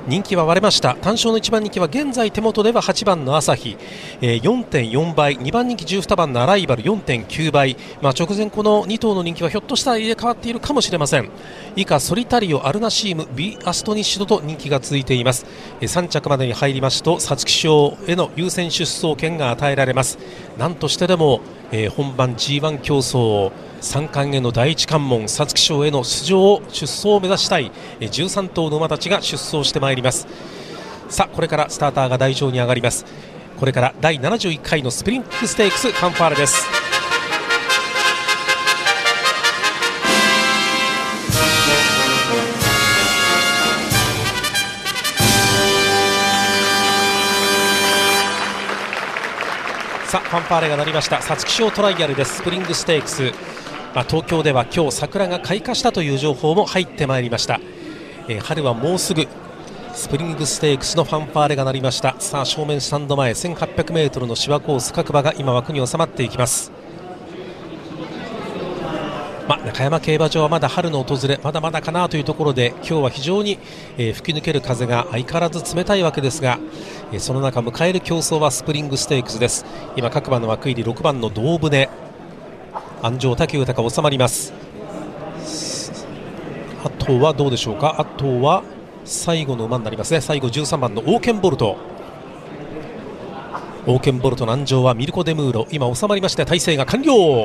人気は割れました。単勝の1番人気は現在手元では8番の朝日、4.4 倍、2番人気12番のアライバル 4.9 倍、直前この2頭の人気はひょっとしたら入れ替わっているかもしれません。以下ソリタリオ、アルナシーム、ビーアストニッシュドと人気が続いています。3着までに入りますと皐月賞への優先出走権が与えられます。なんとしてでも、本番 G1 競争3冠への第一関門皐月賞への出走を目指したい13頭の馬たちが出走してまいります。さあこれからスターターが台上に上がります。これから第71回のスプリングステークスファンファーレです。さあファンファーレが鳴りました。皐月賞トライアルです。スプリングステークス、東京では今日桜が開花したという情報も入ってまいりました。春はもうすぐ。スプリングステークスのファンファーレが鳴りました。さあ正面スタンド前 1800m の芝コース各馬が今枠に収まっていきます。中山競馬場はまだ春の訪れまだまだかなというところで、今日は非常に、吹き抜ける風が相変わらず冷たいわけですが、その中迎える競争はスプリングステークスです。今各馬の枠入り6番の胴舟安城武豊が収まります。あとはどうでしょうか。あとは最後の馬になりますね。最後13番のオーケンボルトの安城はミルコ・デムーロ今収まりまして体勢が完了。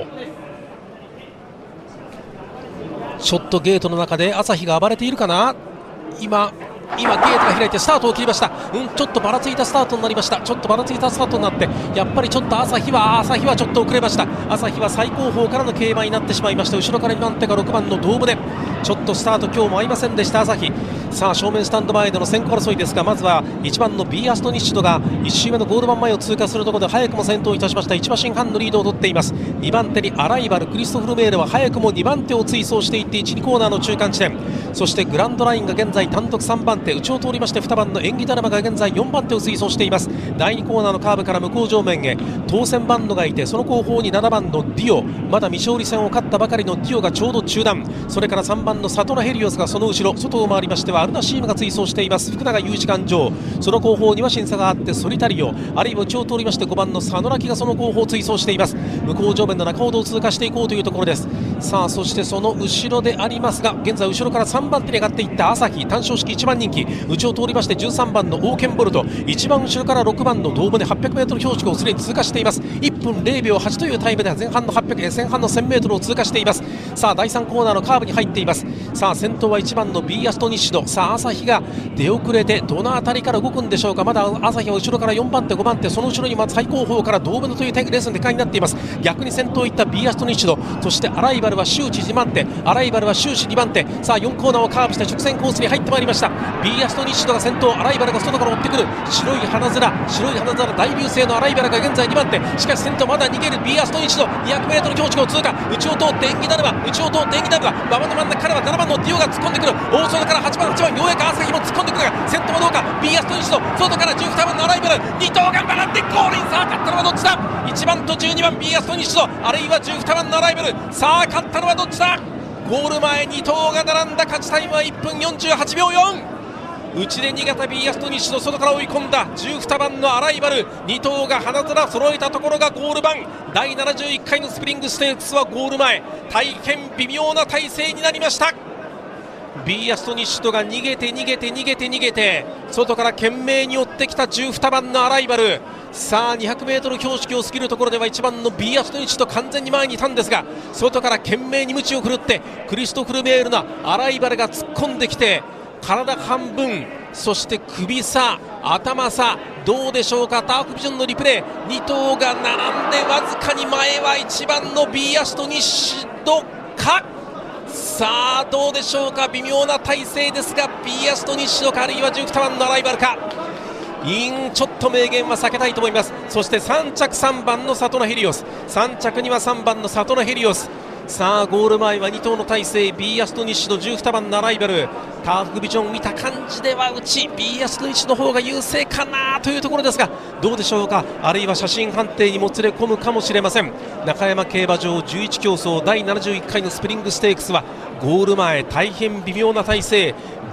ショットゲートの中で朝日が暴れているかな。今ゲートが開いてスタートを切りました。ちょっとばらついたスタートになりました。ちょっとばらついたスタートになってやっぱりちょっと朝日はちょっと遅れました。朝日は最後方からの競馬になってしまいました。後ろから2番手が6番の胴舟、ちょっとスタート今日も合いませんでした朝日。さあ正面スタンド前での先行争いですが、まずは1番のビーアストニッシュドが1周目のゴール板前を通過するところで早くも先頭いたしました。1馬身半のリードを取っています。2番手にアライバル、クリストフル・メールは早くも2番手を追走していって1、2コーナーの中間地点、そしてグランドラインが現在単独3番手、内を通りまして2番の演技ドラマが現在4番手を追走しています。第2コーナーのカーブから向こう上面へ当選バンドがいて、その後方に7番のディオ、まだ未勝利戦を勝ったばかりのディオがちょうど中段、それから3番のサトナヘリオスがその後ろ、外を回りましてはアルナシームが追走しています。福永裕二環状、その後方には審査があってソリタリオ、あるいは内を通りまして5番のサノラキがその後方を追走しています。向こう上面の中ほどを通過していこうというところです。さあそしてその後ろでありますが、現在後ろから3番手に上がっていった朝日、単勝式1番人気、内を通りまして13番のオーケンボルト、一番後ろから6番の胴舟 800m 標識をすでに通過しています。1分0秒8というタイムで前半の 1000m を通過しています。さあ第3コーナーのカーブに入っています。さあ先頭は1番のビーアストニッシュド、さあ朝日が出遅れてどの辺りから動くんでしょうか。まだ朝日は後ろから4番手5番手、その後ろに最後方から胴舟というレースの展開になっています。逆に先頭いったビーアストニッシュド、そしてアライバルは終始2番手、アライバルは終始2番手。さあ4コーナーをカーブして直線コースに入ってまいりました。ビーアストニッシュドが先頭、アライバルが外から追ってくる。白い花面大流星のアライバルが現在2番手、しかし先頭まだ逃げるビーアストニッシュド 200m 標識を通過、内を通って演技なるが馬場の真ん中からは7番のディオが突っ込んでくる。大外から8番ようやく朝日も突っ込んでくるが、先頭はどうか。ビーアストニッシュド外から12番のアライバル、2頭が並んでゴールイン。さあ勝ったのはどっちだ。1番と12番ビーアストニッシュド、あるいは12番のアライバル。さあ勝ったのはどっちだ。ゴール前2頭が並んだ。勝ちタイムは1分48秒4。内で逃げたビーアストニッシュの外から追い込んだ12番のアライバル、2頭が花面揃えたところがゴール板。第71回のスプリングステークスはゴール前、大変微妙な体勢になりました。ビーアストニッシュドが逃げて外から懸命に追ってきた12番のアライバル。さあ 200m 標識を過ぎるところでは1番のビーアストニッシュド完全に前にいたんですが、外から懸命に鞭を振るってクリストフル・メールなアライバルが突っ込んできて、体半分、そして首差、頭差、どうでしょうか。ダークビジョンのリプレイ、2頭が並んでわずかに前は1番のビーアストニッシュドか。さあどうでしょうか。微妙な体勢ですが、ビーアストニッシュドか、あるいは12番のアライバルか。ちょっと明言は避けたいと思います。そして3着3番のサトナヘリオス、3着には3番のサトナヘリオス。さあゴール前は2頭の体勢、ビーアストニッシュの12番のアライバル。ターフビジョン見た感じではビーアストニッシュの方が優勢かなというところですが、どうでしょうか。あるいは写真判定にもつれ込むかもしれません。中山競馬場11競争第71回のスプリングステークスはゴール前大変微妙な体勢、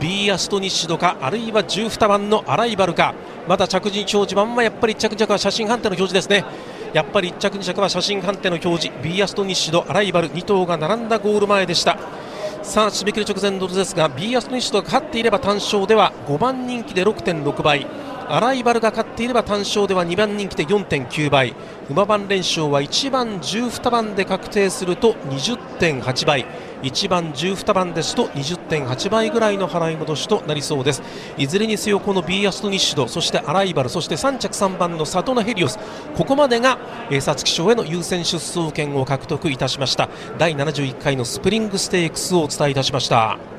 B アストニッシドか、あるいは12番のアライバルか。まだ着順表示板はやっぱり1着2着は写真判定の表示ですね。やっぱり1着2着は写真判定の表示。 B アストニッシド、アライバル2頭が並んだゴール前でした。さあ締め切り直前ですが、 B アストニッシドが勝っていれば単勝では5番人気で 6.6 倍、アライバルが勝っていれば単勝では2番人気で 4.9 倍、馬番連勝は1番12番で確定すると 20.8 倍、1番12番ですと 20.8 倍ぐらいの払い戻しとなりそうです。いずれにせよこの B アストニッシド、そしてアライバル、そして3着3番のサトナヘリオス、ここまでが皐月賞への優先出走権を獲得いたしました。第71回のスプリングステークスをお伝えいたしました。